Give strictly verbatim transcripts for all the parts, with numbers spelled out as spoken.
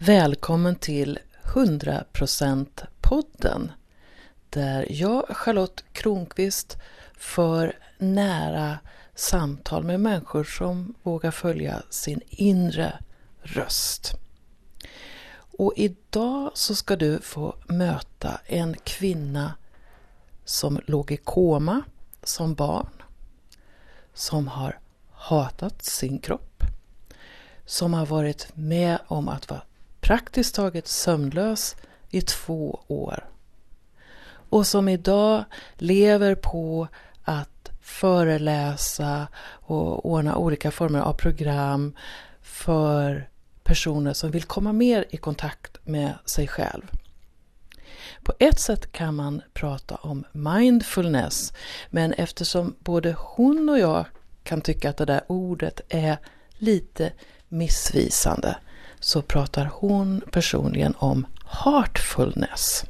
Välkommen till hundra procent-podden där jag, Charlotte Kronqvist, för nära samtal med människor som vågar följa sin inre röst. Och idag så ska du få möta en kvinna som låg i koma som barn, som har hatat sin kropp, som har varit med om att vara praktiskt taget sömnlös i två år och som idag lever på att föreläsa och ordna olika former av program för personer som vill komma mer i kontakt med sig själv. På ett sätt kan man prata om mindfulness, men eftersom både hon och jag kan tycka att det där ordet är lite missvisande så pratar hon personligen om heartfulness.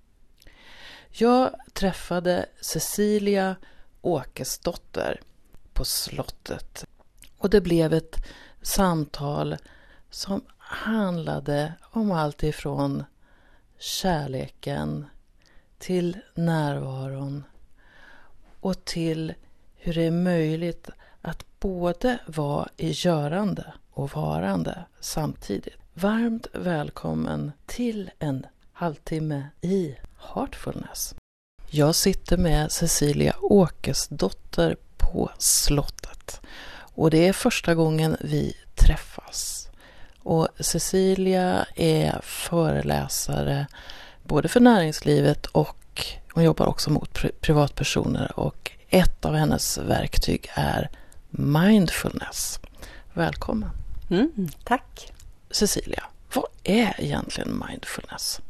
Jag träffade Cecilia Åkesdotter på slottet och det blev ett samtal som handlade om allt ifrån kärleken till närvaron och till hur det är möjligt att både vara i görande och varande samtidigt. Varmt välkommen till en halvtimme i Heartfulness. Jag sitter med Cecilia Åkesdotter på slottet och det är första gången vi träffas. Och Cecilia är föreläsare både för näringslivet och hon jobbar också mot pri- privatpersoner och ett av hennes verktyg är mindfulness. Välkommen. Mm, tack. Cecilia, vad är egentligen mindfulness?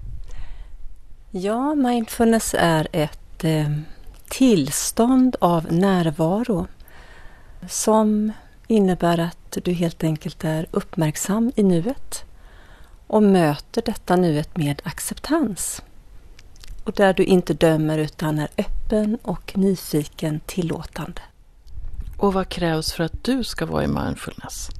Ja, mindfulness är ett eh, tillstånd av närvaro som innebär att du helt enkelt är uppmärksam i nuet och möter detta nuet med acceptans. Och där du inte dömer utan är öppen och nyfiken, tillåtande. Och vad krävs för att du ska vara i mindfulness?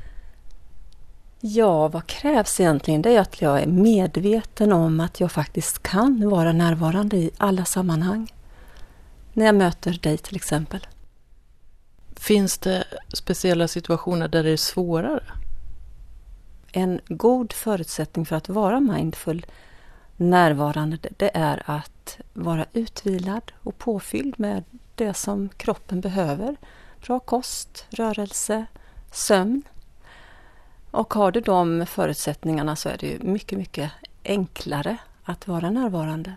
Ja, vad krävs egentligen? Det är att jag är medveten om att jag faktiskt kan vara närvarande i alla sammanhang. När jag möter dig till exempel. Finns det speciella situationer där det är svårare? En god förutsättning för att vara mindful, närvarande, det är att vara utvilad och påfylld med det som kroppen behöver. Bra kost, rörelse, sömn. Och har du de förutsättningarna så är det ju mycket, mycket enklare att vara närvarande.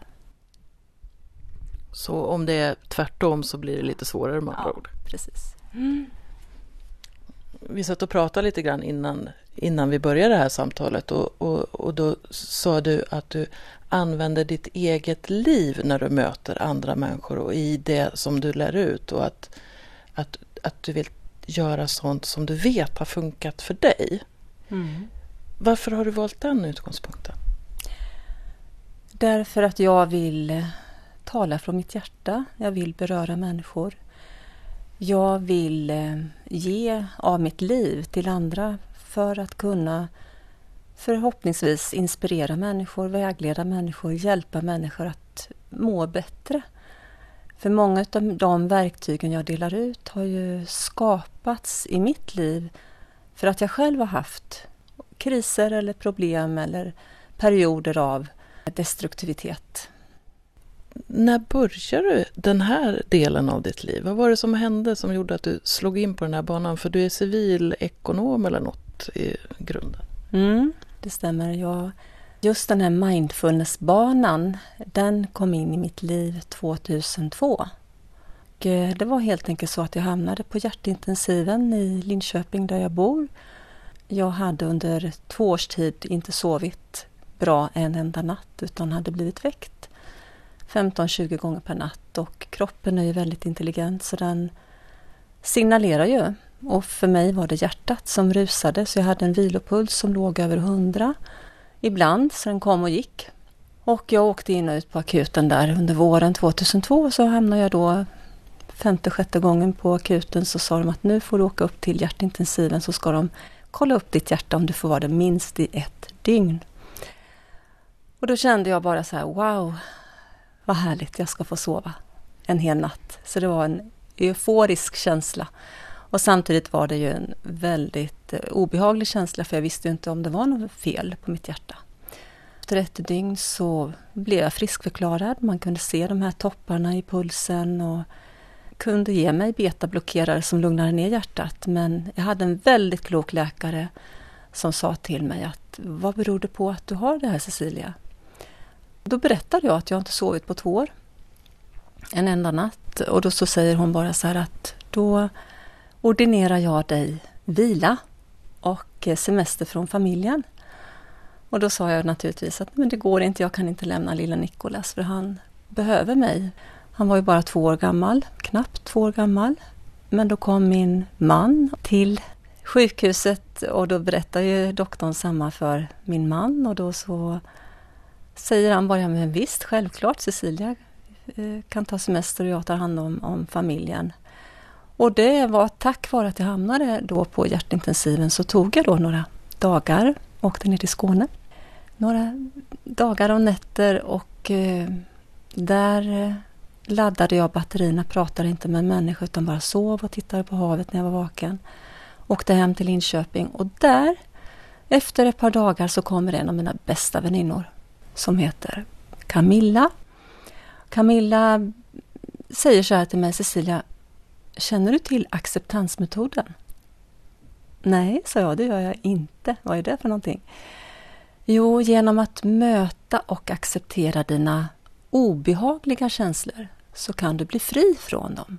Så om det är tvärtom så blir det lite svårare med andra ja, ord? Precis. Mm. Vi satt och pratade lite grann innan, innan vi började det här samtalet och, och, och då sa du att du använder ditt eget liv när du möter andra människor och i det som du lär ut och att, att, att du vill göra sånt som du vet har funkat för dig. Mm. Varför har du valt den utgångspunkten? Därför att jag vill tala från mitt hjärta. Jag vill beröra människor. Jag vill ge av mitt liv till andra för att kunna förhoppningsvis inspirera människor, vägleda människor, hjälpa människor att må bättre. För många av de verktygen jag delar ut har ju skapats i mitt liv för att jag själv har haft kriser eller problem eller perioder av destruktivitet. När började du den här delen av ditt liv? Vad var det som hände som gjorde att du slog in på den här banan? För du är civilekonom eller något i grunden. Mm, det stämmer. Jag, just den här mindfulness-banan, den kom in i mitt liv tvåtusentvå. Och det var helt enkelt så att jag hamnade på hjärtintensiven i Linköping där jag bor. Jag hade under två års tid inte sovit bra en enda natt utan hade blivit väckt femton till tjugo gånger per natt. Och kroppen är ju väldigt intelligent så den signalerar ju. Och för mig var det hjärtat som rusade så jag hade en vilopuls som låg över hundra ibland så den kom och gick. Och jag åkte in och ut på akuten där under våren tvåtusentvå så hamnade jag då femte, sjätte gången på akuten så sa de att nu får du åka upp till hjärtintensiven så ska de kolla upp ditt hjärta om du får vara det minst i ett dygn. Och då kände jag bara så här, wow, vad härligt, jag ska få sova en hel natt. Så det var en euforisk känsla. Och samtidigt var det ju en väldigt obehaglig känsla, för jag visste ju inte om det var något fel på mitt hjärta. Efter ett dygn så blev jag friskförklarad. Man kunde se de här topparna i pulsen och kunde ge mig betablockerare som lugnade ner hjärtat. Men jag hade en väldigt klok läkare som sa till mig att vad beror det på att du har det här, Cecilia? Då berättade jag att jag inte sovit på två år. En enda natt. Och då så säger hon bara så här att då ordinerar jag dig vila och semester från familjen. Och då sa jag naturligtvis att men det går inte, jag kan inte lämna lilla Nicolas för han behöver mig. Han var ju bara två år gammal, knappt två år gammal. Men då kom min man till sjukhuset och då berättar ju doktorn samma för min man. Och då så säger han bara, men visst, självklart Cecilia kan ta semester och jag tar hand om, om familjen. Och det var tack vare att jag hamnade då på hjärtintensiven, så tog jag då några dagar, åkte ner till Skåne. Några dagar och nätter och eh, där laddade jag batterierna, pratade inte med en människa utan bara sov och tittade på havet när jag var vaken. Åkte hem till Linköping och där, efter ett par dagar, så kommer en av mina bästa väninnor som heter Camilla. Camilla säger så här till mig, Cecilia, känner du till acceptansmetoden? Nej, sa jag, det gör jag inte. Vad är det för någonting? Jo, genom att möta och acceptera dina obehagliga känslor så kan du bli fri från dem.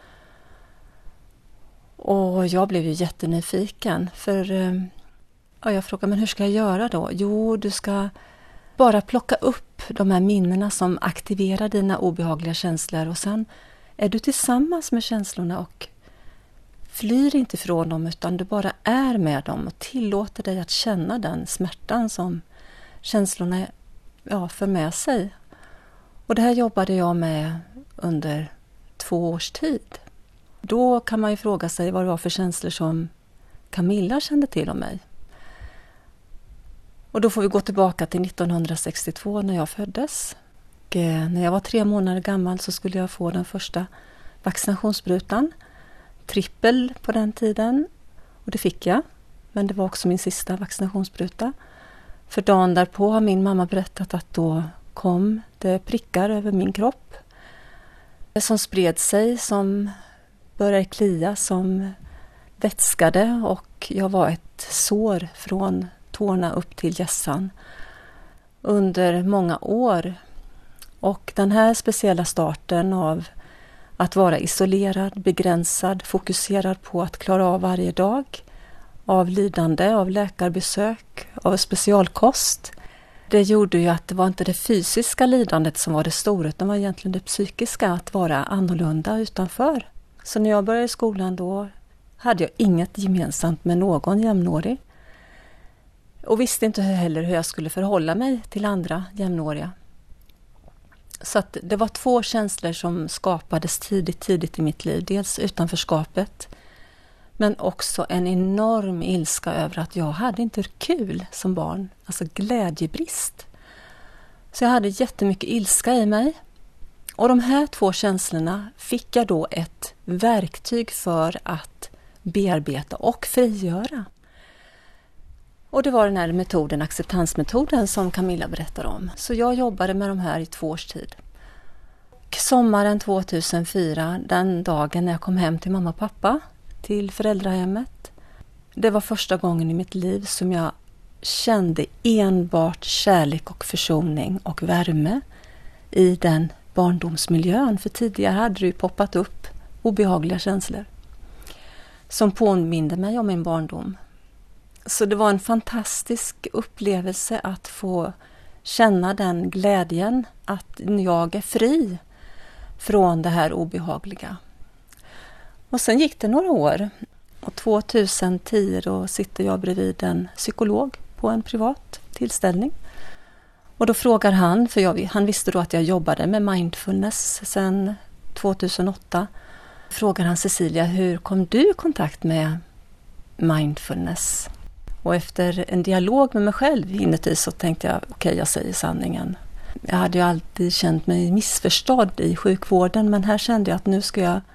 Och jag blev ju jättenyfiken för ja, jag frågade, men hur ska jag göra då? Jo, du ska bara plocka upp de här minnena som aktiverar dina obehagliga känslor och sen är du tillsammans med känslorna och flyr inte från dem utan du bara är med dem och tillåter dig att känna den smärtan som känslorna ja, för med sig. Och det här jobbade jag med under två års tid. Då kan man ju fråga sig vad det var för känslor som Camilla kände till om mig. Och då får vi gå tillbaka till nittonhundrasextiotvå när jag föddes. Och när jag var tre månader gammal så skulle jag få den första vaccinationssprutan. Trippel på den tiden. Och det fick jag. Men det var också min sista vaccinationsspruta. För dagen därpå har min mamma berättat att då kom det prickar över min kropp. Som spred sig, som började klia, som vätskade. Och jag var ett sår från tårna upp till hjässan under många år. Och den här speciella starten av att vara isolerad, begränsad, fokuserad på att klara av varje dag, av lidande, av läkarbesök, av specialkost. Det gjorde ju att det var inte det fysiska lidandet som var det stora, utan det var egentligen det psykiska, att vara annorlunda utanför. Så när jag började i skolan då hade jag inget gemensamt med någon jämnårig. Och visste inte heller hur jag skulle förhålla mig till andra jämnåriga. Så att det var två känslor som skapades tidigt, tidigt i mitt liv. Dels utanförskapet, men också en enorm ilska över att jag hade inte kul som barn. Alltså glädjebrist. Så jag hade jättemycket ilska i mig. Och de här två känslorna fick jag då ett verktyg för att bearbeta och frigöra. Och det var den här metoden, acceptansmetoden, som Camilla berättar om. Så jag jobbade med de här i två års tid. Sommaren tvåtusenfyra, den dagen när jag kom hem till mamma och pappa, till föräldrahemmet. Det var första gången i mitt liv som jag kände enbart kärlek och försoning och värme i den barndomsmiljön. För tidigare hade det ju poppat upp obehagliga känslor som påminde mig om min barndom. Så det var en fantastisk upplevelse att få känna den glädjen att jag är fri från det här obehagliga. Och sen gick det några år och tvåtusentio då sitter jag bredvid en psykolog på en privat tillställning. Och då frågar han, för jag, han visste då att jag jobbade med mindfulness sedan tvåtusenåtta. Frågar han, Cecilia, hur kom du i kontakt med mindfulness? Och efter en dialog med mig själv inuti så tänkte jag, okej, okay, jag säger sanningen. Jag hade ju alltid känt mig missförstådd i sjukvården, men här kände jag att nu ska jag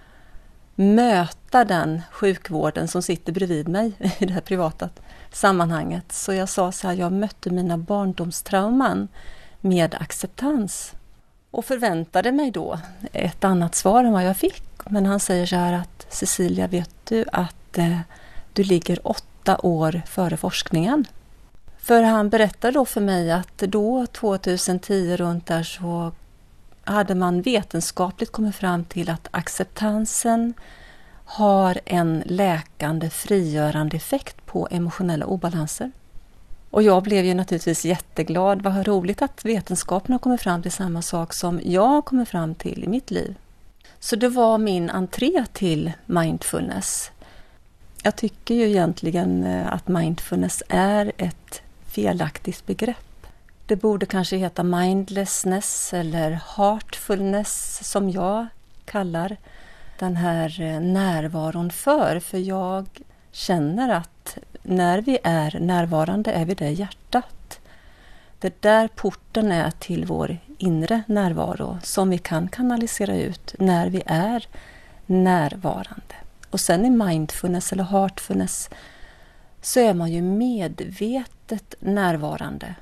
möta den sjukvården som sitter bredvid mig i det här privata sammanhanget. Så jag sa så här, jag mötte mina barndomstrauman med acceptans. Och förväntade mig då ett annat svar än vad jag fick. Men han säger så här att, Cecilia, vet du att eh, du ligger åtta år före forskningen? För han berättade då för mig att då tjugohundratio runt där så hade man vetenskapligt kommit fram till att acceptansen har en läkande, frigörande effekt på emotionella obalanser. Och jag blev ju naturligtvis jätteglad. Vad roligt att vetenskapen har kommit fram till samma sak som jag kommer fram till i mitt liv. Så det var min entré till mindfulness. Jag tycker ju egentligen att mindfulness är ett felaktigt begrepp. Det borde kanske heta mindlessness eller heartfulness som jag kallar den här närvaron för. För jag känner att när vi är närvarande är vi där hjärtat. Det där porten är till vår inre närvaro som vi kan kanalisera ut när vi är närvarande. Och sen i mindfulness eller heartfulness så är man ju medvetet närvarande.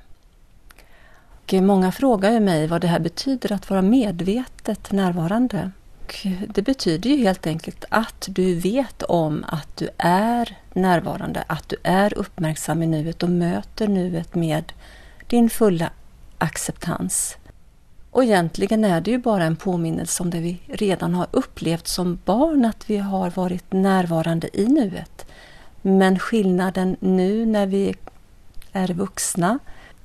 Och många frågar ju mig vad det här betyder att vara medvetet närvarande. Och det betyder ju helt enkelt att du vet om att du är närvarande, att du är uppmärksam i nuet och möter nuet med din fulla acceptans. Och egentligen är det ju bara en påminnelse om det vi redan har upplevt som barn, att vi har varit närvarande i nuet. Men skillnaden nu när vi är vuxna,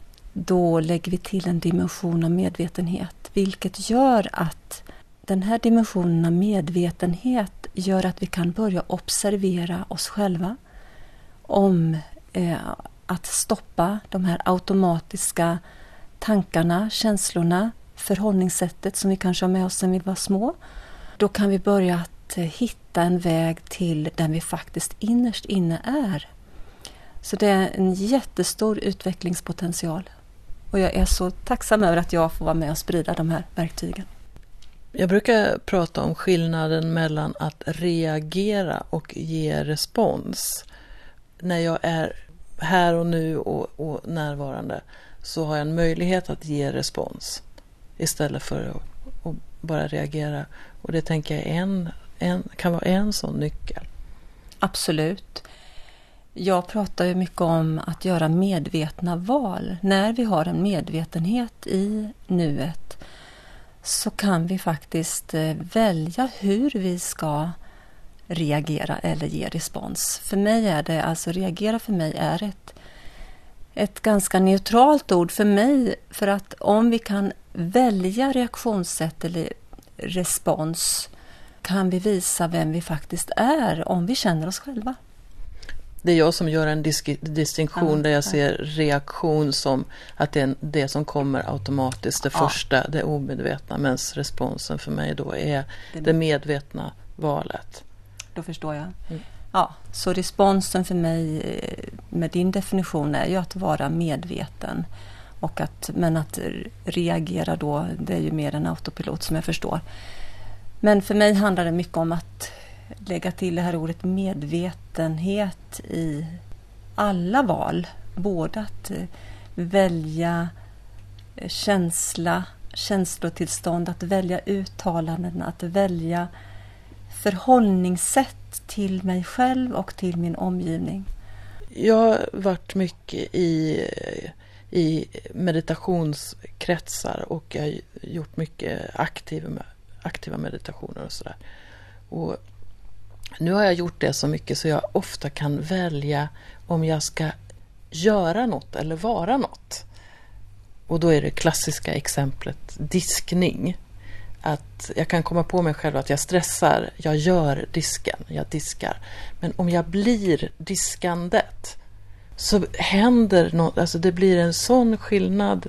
då lägger vi till en dimension av medvetenhet, vilket gör att den här dimensionen av medvetenhet gör att vi kan börja observera oss själva om eh, att stoppa de här automatiska tankarna, känslorna, förhållningssättet som vi kanske har med oss sedan vi var små. Då kan vi börja att hitta en väg till den vi faktiskt innerst inne är. Så det är en jättestor utvecklingspotential. Och jag är så tacksam över att jag får vara med och sprida de här verktygen. Jag brukar prata om skillnaden mellan att reagera och ge respons. När jag är här och nu och, och närvarande så har jag en möjlighet att ge respons istället för att, att bara reagera. Och det tänker jag en, en, kan vara en sån nyckel. Absolut. Jag pratar ju mycket om att göra medvetna val. När vi har en medvetenhet i nuet så kan vi faktiskt välja hur vi ska reagera eller ge respons. För mig är det, alltså reagera för mig är ett, ett ganska neutralt ord för mig. För att om vi kan välja reaktionssätt eller respons kan vi visa vem vi faktiskt är om vi känner oss själva. Det är jag som gör en disk- distinktion ja, där jag ser reaktion som att det är det som kommer automatiskt, det ja. första, det omedvetna, medan responsen för mig då är det, det medvetna valet. Då förstår jag. Mm. Ja, så responsen för mig med din definition är ju att vara medveten. Och att, men att reagera då, det är ju mer en autopilot som jag förstår. Men för mig handlar det mycket om att lägga till det här ordet medvetenhet i alla val. Både att välja känsla, känslotillstånd, att välja uttalanden, att välja förhållningssätt till mig själv och till min omgivning. Jag har varit mycket i, i meditationskretsar och jag har gjort mycket aktiva, aktiva meditationer och sådär. Och nu har jag gjort det så mycket så jag ofta kan välja om jag ska göra något eller vara något. Och då är det klassiska exemplet diskning. Att jag kan komma på mig själv att jag stressar, jag gör disken, jag diskar. Men om jag blir diskandet så händer något, alltså det blir en sån skillnad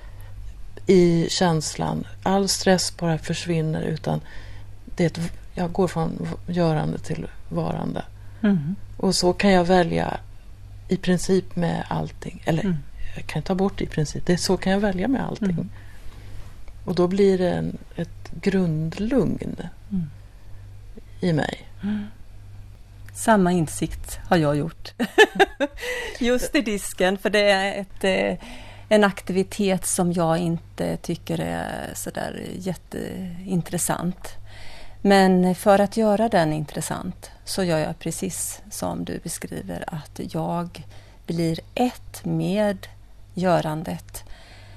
i känslan. All stress bara försvinner utan det är ett, jag går från görande till varande. Mm. Och så kan jag välja i princip med allting. Eller mm. jag kan ta bort i princip. Det är så kan jag välja med allting. Mm. Och då blir det en, ett grundlugn mm. i mig. Mm. Samma insikt har jag gjort. Just i disken. För det är ett, en aktivitet som jag inte tycker är sådär jätteintressant. Men för att göra den intressant så gör jag precis som du beskriver. Att jag blir ett med görandet.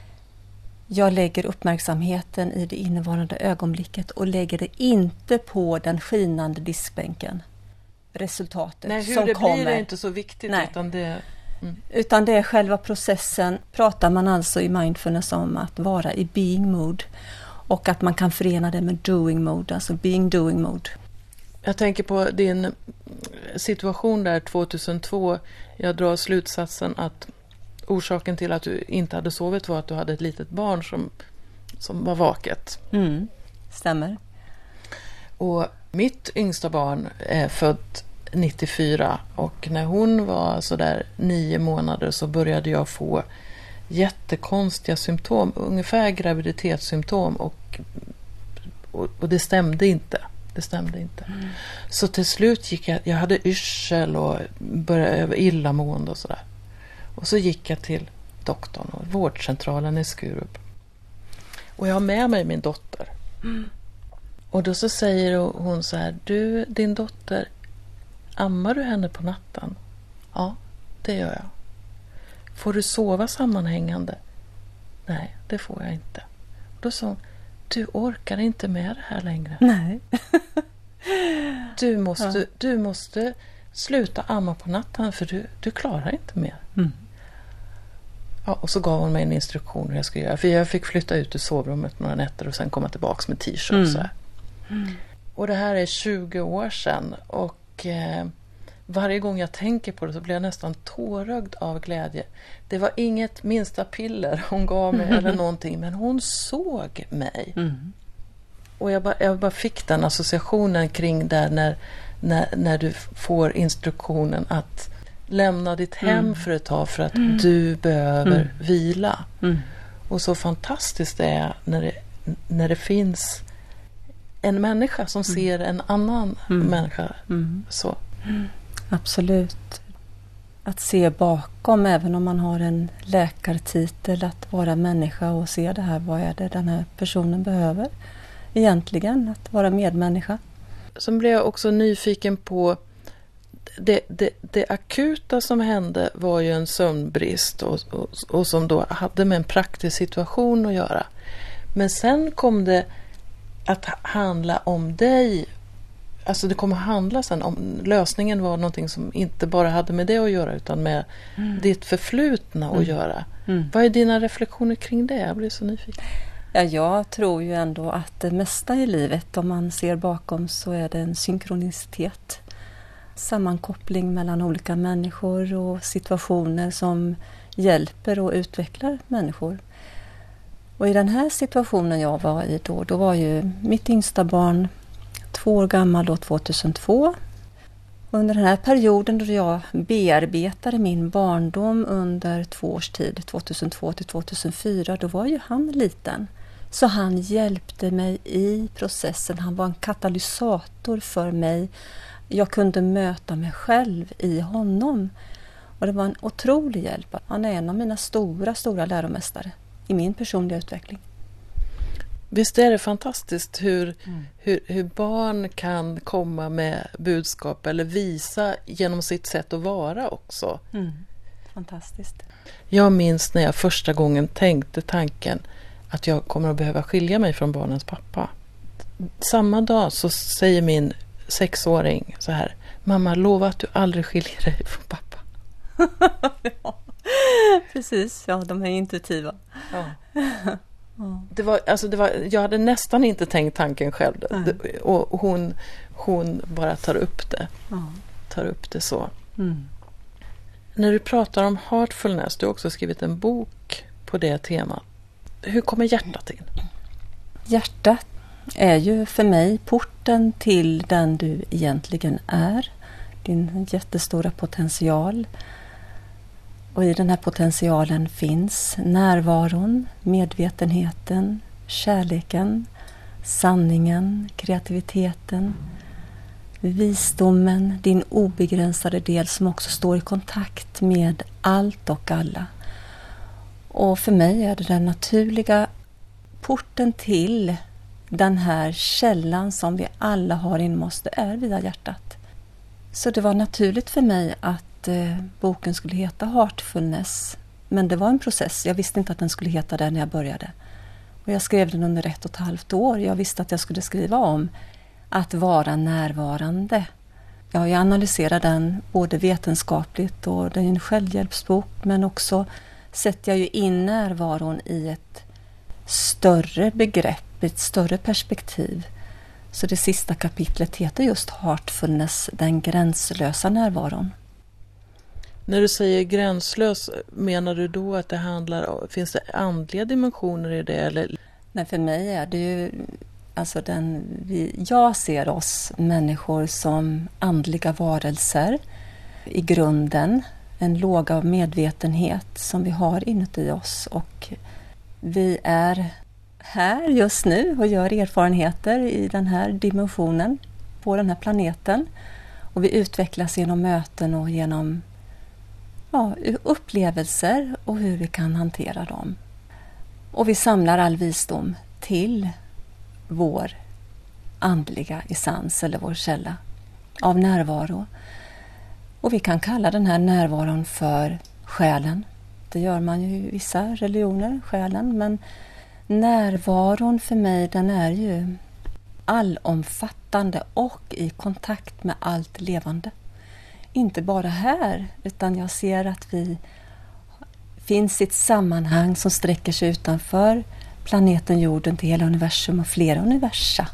Jag lägger uppmärksamheten i det innevarande ögonblicket och lägger det inte på den skinande diskbänken. Resultatet Nej, hur som det kommer. blir är inte så viktigt. Nej. Utan det, mm. utan det är själva processen. Pratar man alltså i mindfulness om att vara i being mode. Och att man kan förena det med doing mode. Alltså being doing mode. Jag tänker på din situation där tjugohundratvå. Jag drar slutsatsen att orsaken till att du inte hade sovit var att du hade ett litet barn som, som var vaket. Mm, stämmer. Och mitt yngsta barn är född nittiofyra och när hon var så där nio månader så började jag få jättekonstiga symptom, ungefär graviditetssymptom och, och, och det stämde inte. Det stämde inte. Mm. Så till slut gick jag, jag hade yrsel och började illamående och sådär. Och så gick jag till doktorn och vårdcentralen i Skurup. Och jag har med mig min dotter. Mm. Och då så säger hon så här, du, din dotter, ammar du henne på natten? Ja, det gör jag. Får du sova sammanhängande? Nej, det får jag inte. Och då sa hon, du orkar inte med det här längre. Nej. du, måste, ja. du måste sluta amma på natten för du, du klarar inte mer. Mm. Ja, och så gav hon mig en instruktion hur jag skulle göra. För jag fick flytta ut ur sovrummet några nätter och sen komma tillbaka med t-shirt. Mm. Så här. Mm. Och det här är tjugo år sedan. Och eh, varje gång jag tänker på det så blir jag nästan tårögd av glädje. Det var inget minsta piller hon gav mig eller någonting. Men hon såg mig. Mm. Och jag bara, jag bara fick den associationen kring där när, när, när du får instruktionen att lämna ditt hem mm. för ett tag för att mm. du behöver mm. vila. Mm. Och så fantastiskt det är när det, när det finns en människa som mm. ser en annan mm. människa. Mm. Så. Mm. Absolut. Att se bakom, även om man har en läkartitel, att vara människa och se det här, vad är det den här personen behöver egentligen, att vara medmänniska. Sen blev jag också nyfiken på Det, det, det akuta som hände var ju en sömnbrist och, och, och som då hade med en praktisk situation att göra. Men sen kom det att handla om dig. Alltså det kom att handla sen om lösningen var någonting som inte bara hade med det att göra utan med mm. ditt förflutna mm. att göra. Mm. Vad är dina reflektioner kring det? Jag blir så nyfiken. Ja, jag tror ju ändå att det mesta i livet, om man ser bakom, så är det en synkronicitet. Sammankoppling mellan olika människor och situationer som hjälper och utvecklar människor. Och i den här situationen jag var i då, då var ju mitt yngsta barn två år gammal då, tjugohundratvå. Under den här perioden då jag bearbetade min barndom under två års tid, tjugohundratvå till tjugohundrafyra, då var ju han liten. Så han hjälpte mig i processen, han var en katalysator för mig. Jag kunde möta mig själv i honom. Och det var en otrolig hjälp. Han är en av mina stora, stora läromästare i min personliga utveckling. Visst är det fantastiskt hur, mm. hur, hur barn kan komma med budskap eller visa genom sitt sätt att vara också. Mm. Fantastiskt. Jag minns när jag första gången tänkte tanken att jag kommer att behöva skilja mig från barnens pappa. Samma dag så säger min sexåring så här: mamma, lova att du aldrig skiljer dig från pappa. Ja, precis, ja, de är intuitiva. Ja. Det var, alltså det var, jag hade nästan inte tänkt tanken själv. Det, och hon, hon bara tar upp det. Ja. Tar upp det så. Mm. När du pratar om heartfulness, du har också skrivit en bok på det temat. Hur kommer hjärtat in? Hjärtat är ju för mig porten till den du egentligen är. Din jättestora potential. Och i den här potentialen finns närvaron, medvetenheten, kärleken, sanningen, kreativiteten, visdomen, din obegränsade del som också står i kontakt med allt och alla. Och för mig är det den naturliga porten till den här källan som vi alla har inom oss, det är via hjärtat. Så det var naturligt för mig att eh, boken skulle heta Heartfulness. Men det var en process. Jag visste inte att den skulle heta det när jag började. Och jag skrev den under ett och ett halvt år. Jag visste att jag skulle skriva om att vara närvarande. Ja, jag analyserar den både vetenskapligt och det är en självhjälpsbok. Men också sätter jag ju in närvaron i ett större begrepp, ett större perspektiv. Så det sista kapitlet heter just Heartfulness, den gränslösa närvaron. När du säger gränslös, menar du då att det handlar, finns det andliga dimensioner i det? Eller? Nej, för mig är det ju, alltså den, vi, jag ser oss människor som andliga varelser i grunden. En låga av medvetenhet som vi har inuti oss, och vi är här just nu och gör erfarenheter i den här dimensionen på den här planeten. Och vi utvecklas genom möten och genom ja, upplevelser och hur vi kan hantera dem. Och vi samlar all visdom till vår andliga essens eller vår källa av närvaro. Och vi kan kalla den här närvaron för själen. Det gör man ju i vissa religioner, själen. Men närvaron för mig, den är ju allomfattande och i kontakt med allt levande. Inte bara här, utan jag ser att vi finns i ett sammanhang som sträcker sig utanför planeten jorden till hela universum och flera universa.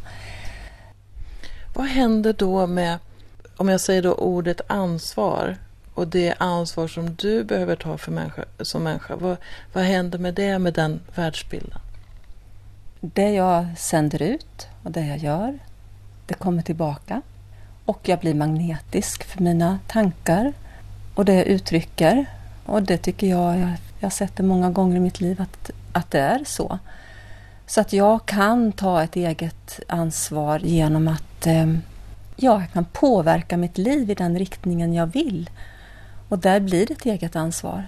Vad händer då med, om jag säger då ordet ansvar, och det ansvar som du behöver ta för människa, som människa, vad, vad händer med det, med den världsbilden? Det jag sänder ut och det jag gör, det kommer tillbaka. Och jag blir magnetisk för mina tankar och det jag uttrycker. Och det tycker jag, jag, jag har sett det många gånger i mitt liv att, att det är så. Så att jag kan ta ett eget ansvar genom att eh, ja, jag kan påverka mitt liv i den riktningen jag vill. Och där blir det ett eget ansvar.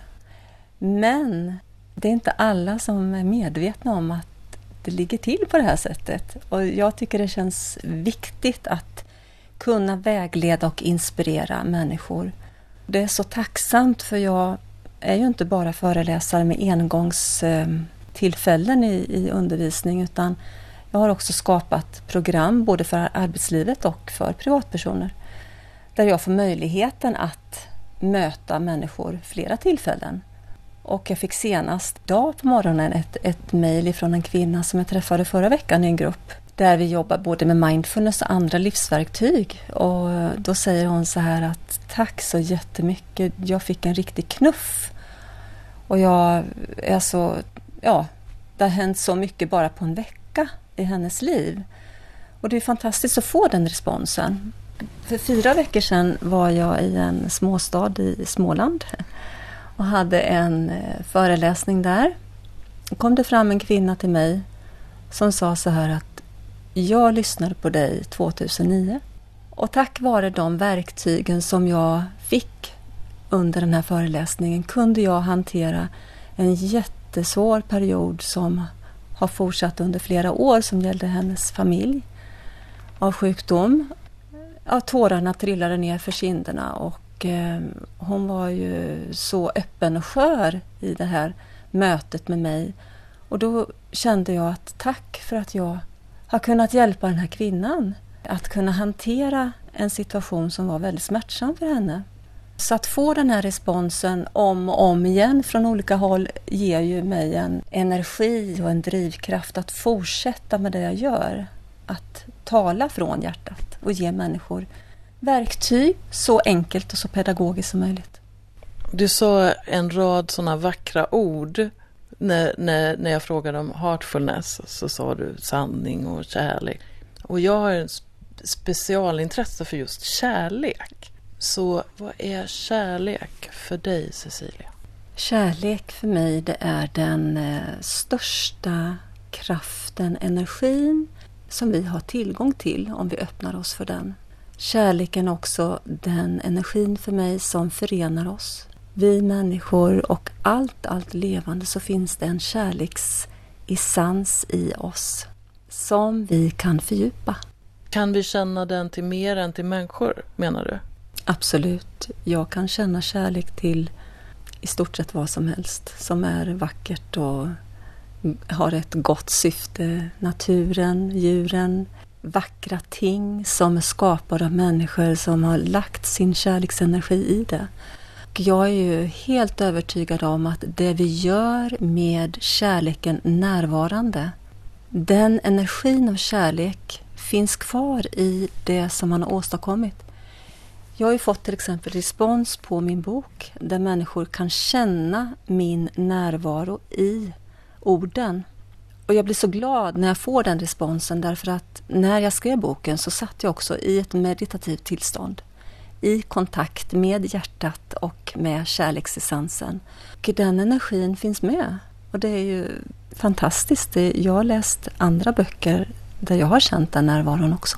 Men det är inte alla som är medvetna om att det ligger till på det här sättet. Och jag tycker det känns viktigt att kunna vägleda och inspirera människor. Det är så tacksamt, för jag är ju inte bara föreläsare med engångstillfällen i, i undervisning, utan jag har också skapat program både för arbetslivet och för privatpersoner. Där jag får möjligheten att möta människor flera tillfällen. Och jag fick senast dag på morgonen ett, ett mejl från en kvinna som jag träffade förra veckan i en grupp. Där vi jobbar både med mindfulness och andra livsverktyg. Och då säger hon så här att tack så jättemycket, jag fick en riktig knuff. Och jag är så, ja, det har hänt så mycket bara på en vecka i hennes liv. Och det är fantastiskt att få den responsen. För fyra veckor sedan var jag i en småstad i Småland och hade en föreläsning där. Då kom det fram en kvinna till mig som sa så här att jag lyssnade på dig tjugohundranio och tack vare de verktygen som jag fick under den här föreläsningen kunde jag hantera en jättesvår period som har fortsatt under flera år, som gällde hennes familj, av sjukdom. Ja, tårarna trillade ner för kinderna och eh, hon var ju så öppen och skör i det här mötet med mig. Och då kände jag att tack för att jag har kunnat hjälpa den här kvinnan att kunna hantera en situation som var väldigt smärtsam för henne. Så att få den här responsen om och om igen från olika håll ger ju mig en energi och en drivkraft att fortsätta med det jag gör. Att tala från hjärtat och ge människor verktyg så enkelt och så pedagogiskt som möjligt. Du sa en rad sådana vackra ord. När, när, när jag frågade om heartfulness så sa du sanning och kärlek. Och jag har en specialintresse för just kärlek. Så vad är kärlek för dig, Cecilia? Kärlek för mig, det är den eh, största kraften, energin som vi har tillgång till om vi öppnar oss för den. Kärleken är också den energin för mig som förenar oss. Vi människor och allt, allt levande, så finns det en kärleksessens i oss som vi kan fördjupa. Kan vi känna den till mer än till människor, menar du? Absolut. Jag kan känna kärlek till i stort sett vad som helst som är vackert och har ett gott syfte. Naturen, djuren, vackra ting som är skapade av människor som har lagt sin kärleksenergi i det. Och jag är ju helt övertygad om att det vi gör med kärleken närvarande, den energin av kärlek finns kvar i det som man har åstadkommit. Jag har ju fått till exempel respons på min bok där människor kan känna min närvaro i orden. Och jag blir så glad när jag får den responsen, därför att när jag skrev boken så satt jag också i ett meditativt tillstånd. I kontakt med hjärtat och med kärleksessensen. Och den energin finns med. Och det är ju fantastiskt. Jag har läst andra böcker där jag har känt den närvaron också.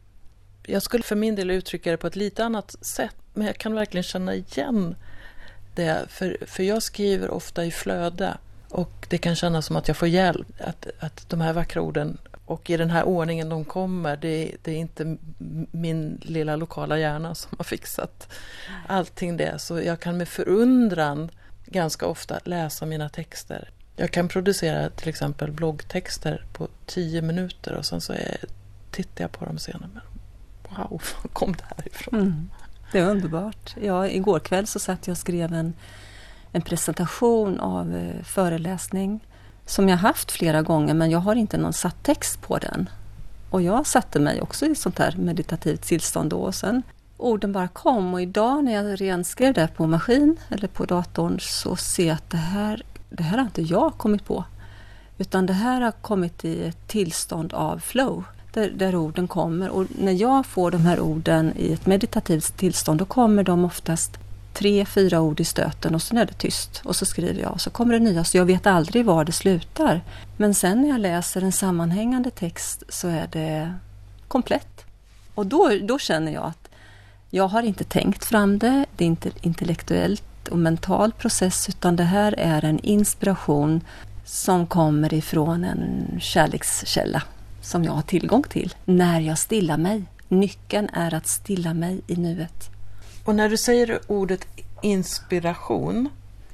Jag skulle för min del uttrycka det på ett lite annat sätt, men jag kan verkligen känna igen det. För, för jag skriver ofta i flöde och det kan kännas som att jag får hjälp. Att, att de här vackra orden och i den här ordningen de kommer, det, det är inte min lilla lokala hjärna som har fixat allting det. Så jag kan med förundran ganska ofta läsa mina texter. Jag kan producera till exempel bloggtexter på tio minuter och sen så är, tittar jag på dem senare. Men wow, var kom det här ifrån? Mm, det är underbart. Ja, igår kväll så satt jag och skrev en, en presentation av eh, föreläsning som jag haft flera gånger, men jag har inte någon satt text på den. Och jag satte mig också i sånt här meditativt tillstånd då, och sen orden bara kom. Och idag när jag renskrev det på maskin eller på datorn så ser jag att det här, det här har inte jag kommit på. Utan det här har kommit i ett tillstånd av flow. Där, där orden kommer. Och när jag får de här orden i ett meditativt tillstånd, då kommer de oftast tre, fyra ord i stöten och sen är det tyst. Och så skriver jag och så kommer det nya. Så jag vet aldrig var det slutar. Men sen när jag läser en sammanhängande text så är det komplett. Och då, då känner jag att jag har inte tänkt fram det. Det är inte intellektuellt och mental process, utan det här är en inspiration som kommer ifrån en kärlekskälla som jag har tillgång till när jag stillar mig. Nyckeln är att stilla mig i nuet. Och när du säger ordet inspiration,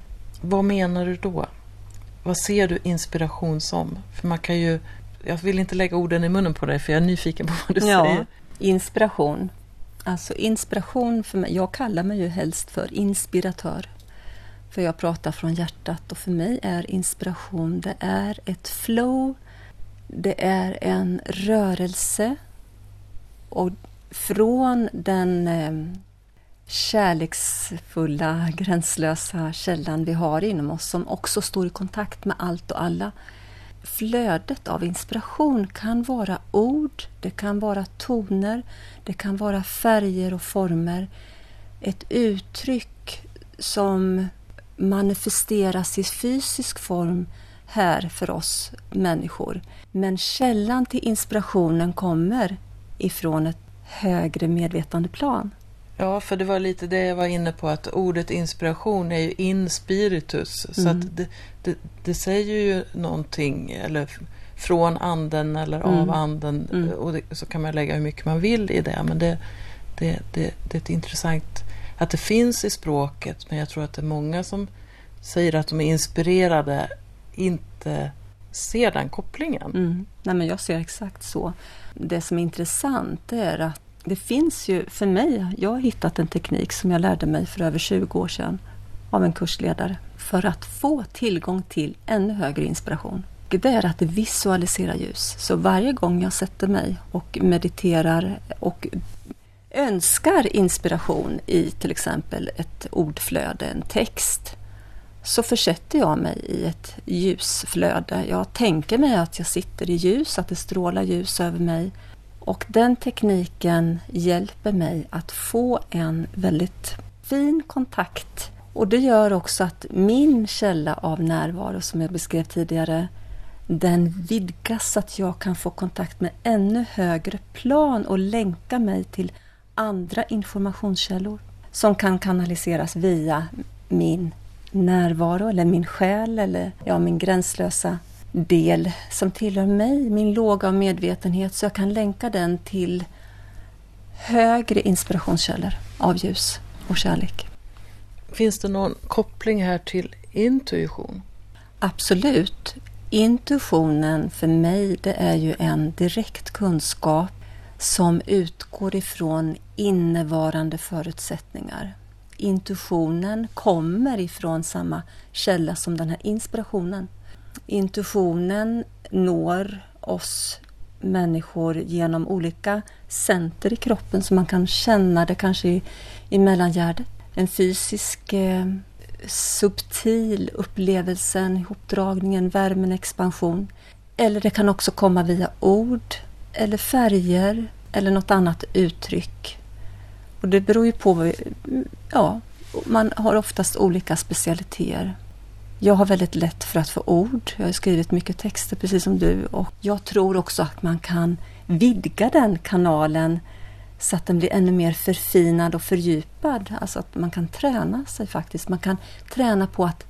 vad menar du då? Vad ser du inspiration som? För man kan ju, jag vill inte lägga orden i munnen på dig för jag är nyfiken på vad du ja, säger. Inspiration. Alltså inspiration för mig, jag kallar mig ju helst för inspiratör. För jag pratar från hjärtat och för mig är inspiration, det är ett flow. Det är en rörelse och från den eh, kärleksfulla, gränslösa källan vi har inom oss som också står i kontakt med allt och alla. Flödet av inspiration kan vara ord, det kan vara toner, det kan vara färger och former. Ett uttryck som manifesteras i fysisk form här för oss människor. Men källan till inspirationen kommer ifrån ett högre medvetandeplan. Ja, för det var lite det jag var inne på, att ordet inspiration är ju in spiritus. Mm. Så att det, det, det säger ju någonting, eller från anden eller mm. av anden. Mm. Och det, så kan man lägga hur mycket man vill i det. Men det, det, det, det är intressant att det finns i språket. Men jag tror att det är många som säger att de är inspirerade inte ser den kopplingen. Mm. Nej, men jag ser exakt så. Det som är intressant är att det finns ju, för mig, jag har hittat en teknik som jag lärde mig för över tjugo år sedan av en kursledare för att få tillgång till ännu högre inspiration. Det är att visualisera ljus. Så varje gång jag sätter mig och mediterar och önskar inspiration i till exempel ett ordflöde, en text, så försätter jag mig i ett ljusflöde. Jag tänker mig att jag sitter i ljus, att det strålar ljus över mig. Och den tekniken hjälper mig att få en väldigt fin kontakt Och det gör också att min källa av närvaro, som jag beskrev tidigare, den vidgas så att jag kan få kontakt med ännu högre plan och länka mig till andra informationskällor som kan kanaliseras via min närvaro eller min själ eller ja, min gränslösa del som tillhör mig, min låga medvetenhet, så jag kan länka den till högre inspirationskällor av ljus och kärlek. Finns det någon koppling här till intuition? Absolut. Intuitionen för mig, det är ju en direkt kunskap som utgår ifrån innevarande förutsättningar. Intuitionen kommer ifrån samma källa som den här inspirationen. Intuitionen når oss människor genom olika center i kroppen, så man kan känna det kanske i, i mellangärdet. En fysisk eh, subtil upplevelsen, ihopdragningen, värmen, expansion. Eller det kan också komma via ord eller färger eller något annat uttryck. Och det beror ju på, ja, man har oftast olika specialiteter. Jag har väldigt lätt för att få ord. Jag har skrivit mycket texter precis som du. Och jag tror också att man kan vidga den kanalen så att den blir ännu mer förfinad och fördjupad. Alltså att man kan träna sig faktiskt. Man kan träna på att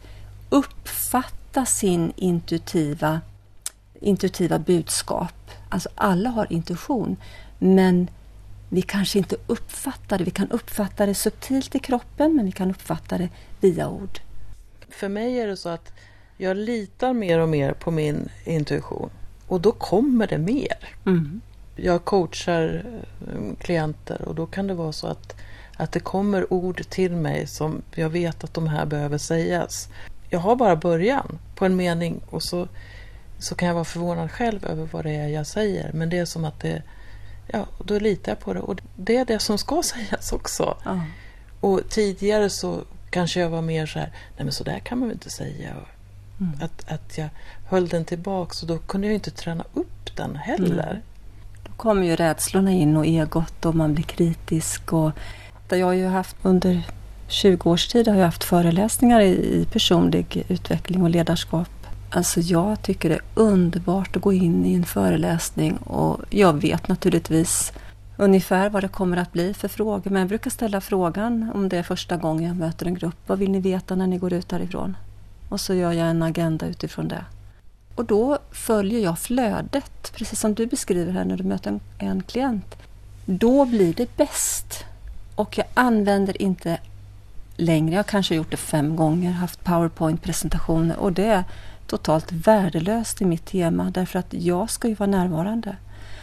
uppfatta sin intuitiva, intuitiva budskap. Alltså alla har intuition. Men vi kanske inte uppfattar det. Vi kan uppfatta det subtilt i kroppen, men vi kan uppfatta det via ord. För mig är det så att jag litar mer och mer på min intuition. Och då kommer det mer. Mm. Jag coachar klienter och då kan det vara så att, att det kommer ord till mig som jag vet att de här behöver sägas. Jag har bara början på en mening och så, så kan jag vara förvånad själv över vad det är jag säger. Men det är som att det, ja, då litar jag på det. Och det är det som ska sägas också. Mm. Och tidigare så kanske jag var mer så här, nej men så där kan man väl inte säga. Mm. Att, att jag höll den tillbaka, så då kunde jag inte träna upp den heller. Mm. Då kommer ju rädslorna in och egot och man blir kritisk. Och jag har ju haft under tjugo års tid har jag haft föreläsningar i, i personlig utveckling och ledarskap. Alltså jag tycker det är underbart att gå in i en föreläsning, och jag vet naturligtvis ungefär vad det kommer att bli för frågor. Men jag brukar ställa frågan, om det är första gången jag möter en grupp: vad vill ni veta när ni går ut därifrån? Och så gör jag en agenda utifrån det. Och då följer jag flödet, precis som du beskriver här när du möter en, en klient. Då blir det bäst. Och jag använder inte längre, jag har kanske gjort det fem gånger, haft PowerPoint-presentationer, och det är totalt värdelöst i mitt tema, därför att jag ska ju vara närvarande.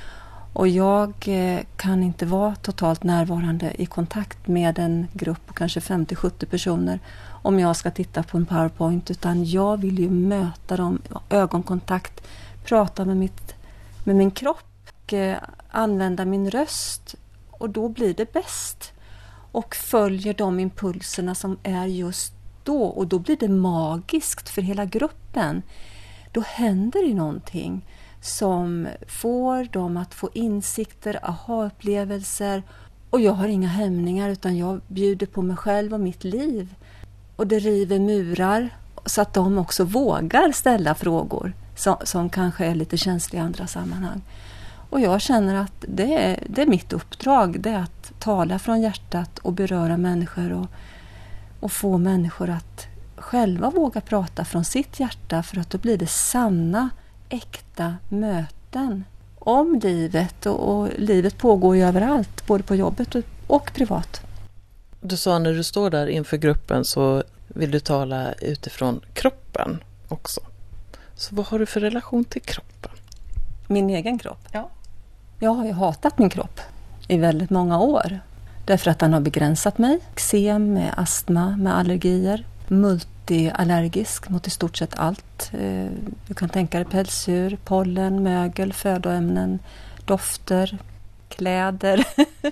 Och jag kan inte vara totalt närvarande i kontakt med en grupp på kanske femtio till sjuttio personer om jag ska titta på en PowerPoint, utan jag vill ju möta dem, ögonkontakt, prata med, mitt, med min kropp och använda min röst, och då blir det bäst. Och följer de impulserna som är just då, och då blir det magiskt för hela gruppen. Då händer det någonting som får dem att få insikter, aha-upplevelser, och jag har inga hämningar, utan jag bjuder på mig själv och mitt liv. Och det river murar så att de också vågar ställa frågor som, som kanske är lite känsliga i andra sammanhang. Och jag känner att det är, det är mitt uppdrag, det är att tala från hjärtat och beröra människor och, och få människor att själva våga prata från sitt hjärta, för att då blir det sanna, äkta möten om livet, och, och livet pågår ju överallt, både på jobbet och, och privat. Du sa när du står där inför gruppen så vill du tala utifrån kroppen också. Så vad har du för relation till kroppen? Min egen kropp? Ja. Jag har ju hatat min kropp i väldigt många år. Därför att den har begränsat mig. Eksem, med astma, med allergier. Multiallergisk mot i stort sett allt. Du kan tänka dig pälsdjur, pollen, mögel, födoämnen, dofter, kläder.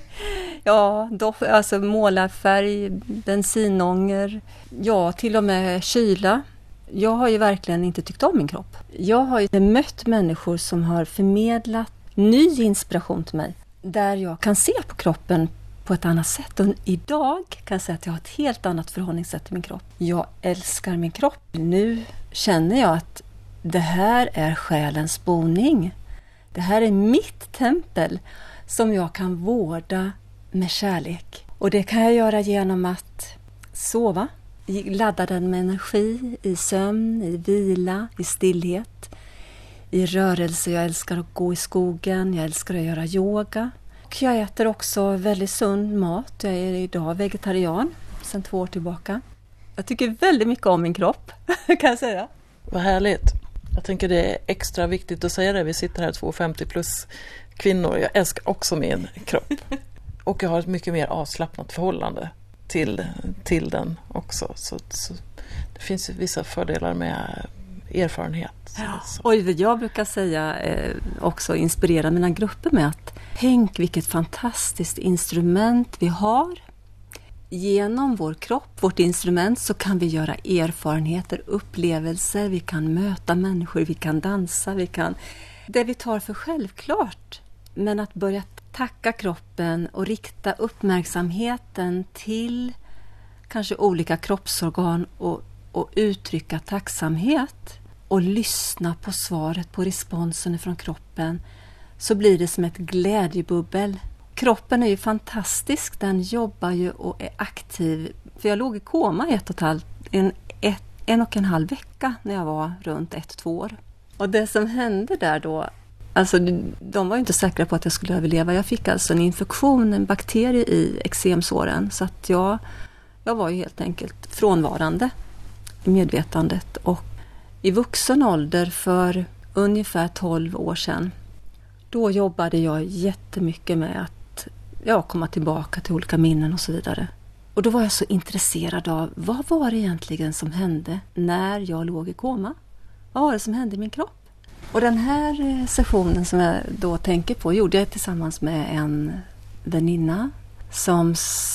ja, dof, alltså målarfärg, bensinånger. Ja, till och med kyla. Jag har ju verkligen inte tyckt om min kropp. Jag har ju mött människor som har förmedlat ny inspiration till mig. Där jag kan se på kroppen på ett annat sätt. Och idag kan jag säga att jag har ett helt annat förhållningssätt till min kropp. Jag älskar min kropp. Nu känner jag att det här är själens boning. Det här är mitt tempel som jag kan vårda med kärlek. Och det kan jag göra genom att sova, ladda den med energi, i sömn, i vila, i stillhet, i rörelse. Jag älskar att gå i skogen, jag älskar att göra yoga. Och jag äter också väldigt sund mat. Jag är idag vegetarian sedan två år tillbaka. Jag tycker väldigt mycket om min kropp, kan jag säga. Vad härligt. Jag tänker det är extra viktigt att säga det. Vi sitter här två femtio plus kvinnor. Jag älskar också min kropp. Och jag har ett mycket mer avslappnat förhållande till, till den också. Så, så det finns ju vissa fördelar med erfarenhet. Ja. Och jag brukar säga eh, också inspirera mina grupper med att tänk vilket fantastiskt instrument vi har. Genom vår kropp, vårt instrument, så kan vi göra erfarenheter, upplevelser, vi kan möta människor, vi kan dansa, vi kan... Det vi tar för självklart. Men att börja tacka kroppen och rikta uppmärksamheten till kanske olika kroppsorgan och, och uttrycka tacksamhet och lyssna på svaret, på responsen från kroppen, så blir det som ett glädjebubbel. Kroppen är ju fantastisk, den jobbar ju och är aktiv. För jag låg i koma i ett och ett halvt, en, ett, en och en halv vecka när jag var runt ett, två år. Och det som hände där då, alltså de var ju inte säkra på att jag skulle överleva. Jag fick alltså en infektion, en bakterie i eksemsåren. Så att jag, jag var ju helt enkelt frånvarande i medvetandet. Och i vuxen ålder för ungefär tolv år sedan, då jobbade jag jättemycket med att ja, komma tillbaka till olika minnen och så vidare. Och då var jag så intresserad av vad var det egentligen som hände när jag låg i koma? Vad var det som hände i min kropp? Och den här sessionen som jag då tänker på gjorde jag tillsammans med en väninna som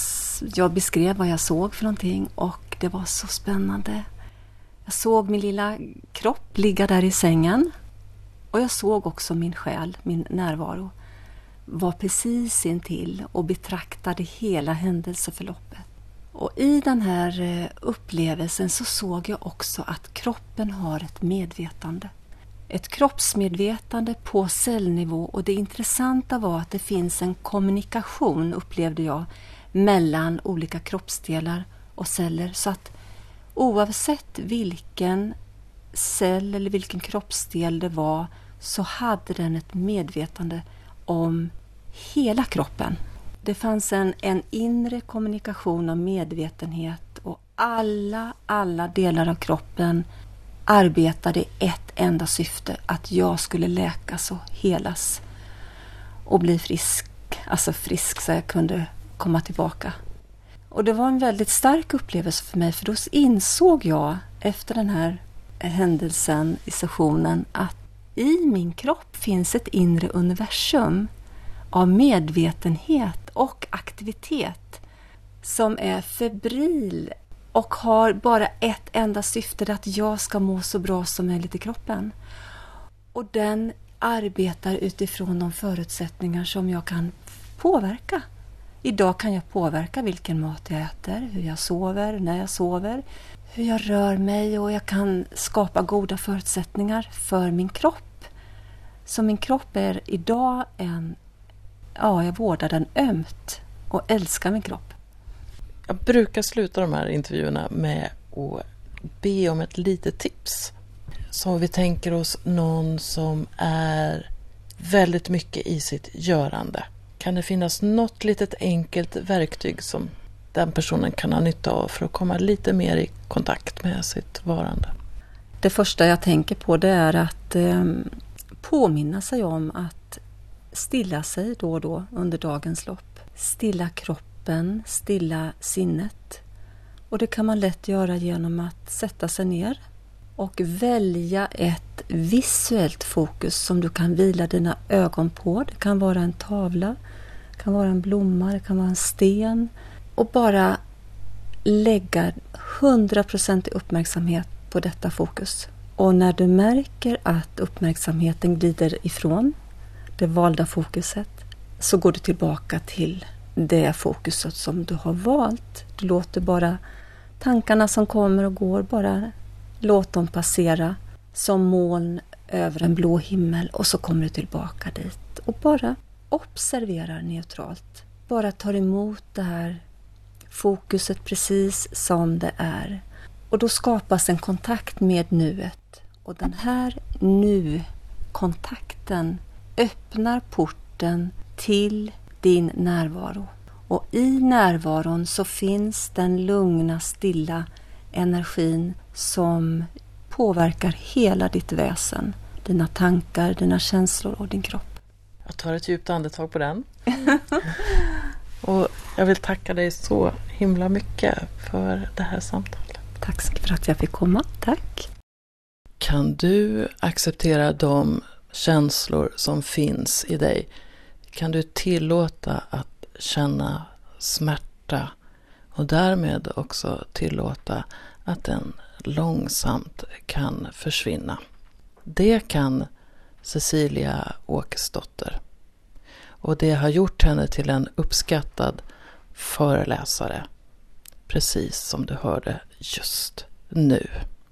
jag beskrev vad jag såg för någonting, och det var så spännande. Jag såg min lilla kropp ligga där i sängen, och jag såg också min själ, min närvaro, var precis intill och betraktade hela händelseförloppet. Och i den här upplevelsen så såg jag också att kroppen har ett medvetande. Ett kroppsmedvetande på cellnivå, och det intressanta var att det finns en kommunikation, upplevde jag, mellan olika kroppsdelar och celler. Så att oavsett vilken cell eller vilken kroppsdel det var, så hade den ett medvetande om hela kroppen. Det fanns en, en inre kommunikation och medvetenhet, och alla, alla delar av kroppen arbetade i ett enda syfte, att jag skulle läkas och helas och bli frisk, alltså frisk så jag kunde komma tillbaka. Och det var en väldigt stark upplevelse för mig, för då insåg jag efter den här händelsen i sessionen att i min kropp finns ett inre universum av medvetenhet och aktivitet som är febril och har bara ett enda syfte, att jag ska må så bra som möjligt i kroppen. Och den arbetar utifrån de förutsättningar som jag kan påverka. Idag kan jag påverka vilken mat jag äter, hur jag sover, när jag sover, hur jag rör mig, och jag kan skapa goda förutsättningar för min kropp. Så min kropp är idag en, ja, jag vårdar den ömt och älskar min kropp. Jag brukar sluta de här intervjuerna med att be om ett litet tips. Så vi tänker oss någon som är väldigt mycket i sitt görande. Kan det finnas något litet enkelt verktyg som den personen kan ha nytta av för att komma lite mer i kontakt med sitt varande? Det första jag tänker på, det är att eh, påminna sig om att stilla sig då och då under dagens lopp. Stilla kroppen, stilla sinnet. Och det kan man lätt göra genom att sätta sig ner och välja ett visuellt fokus som du kan vila dina ögon på. Det kan vara en tavla, det kan vara en blomma, det kan vara en sten. Och bara lägga hundra procent uppmärksamhet på detta fokus. Och när du märker att uppmärksamheten glider ifrån det valda fokuset, så går du tillbaka till det fokuset som du har valt. Du låter bara tankarna som kommer och går, bara låt dem passera som moln över en blå himmel, och så kommer du tillbaka dit och bara observerar neutralt. Bara tar emot det här fokuset precis som det är. Och då skapas en kontakt med nuet. Och den här nu-kontakten öppnar porten till din närvaro. Och i närvaron så finns den lugna, stilla energin som påverkar hela ditt väsen. Dina tankar, dina känslor och din kropp. Jag tar ett djupt andetag på den. Och jag vill tacka dig så himla mycket för det här samtalet. Tack för att jag fick komma. Tack. Kan du acceptera de känslor som finns i dig? Kan du tillåta att känna smärta och därmed också tillåta att den långsamt kan försvinna? Det kan Cecilia Åkesdotter. Och det har gjort henne till en uppskattad föreläsare. Precis som du hörde just nu.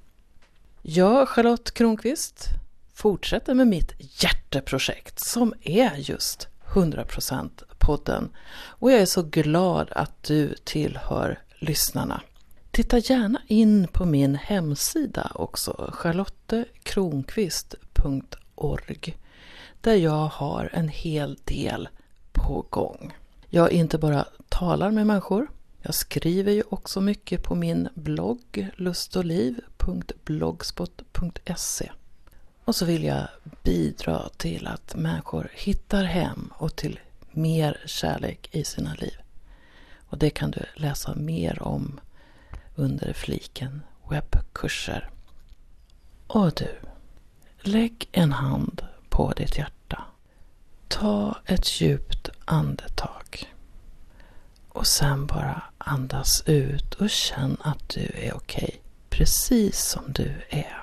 Jag, Charlotte Kronqvist, fortsätter med mitt hjärteprojekt som är just hundra procent podden. Och jag är så glad att du tillhör lyssnarna. Titta gärna in på min hemsida också, charlottekronqvist punkt org, där jag har en hel del på gång. Jag inte bara talar med människor, jag skriver ju också mycket på min blogg lustoliv punkt blogspot punkt se. Och så vill jag bidra till att människor hittar hem och till mer kärlek i sina liv. Och det kan du läsa mer om under fliken webbkurser. Och du, lägg en hand på ditt hjärta. Ta ett djupt andetag. Och sen bara andas ut och känn att du är okej, precis som du är.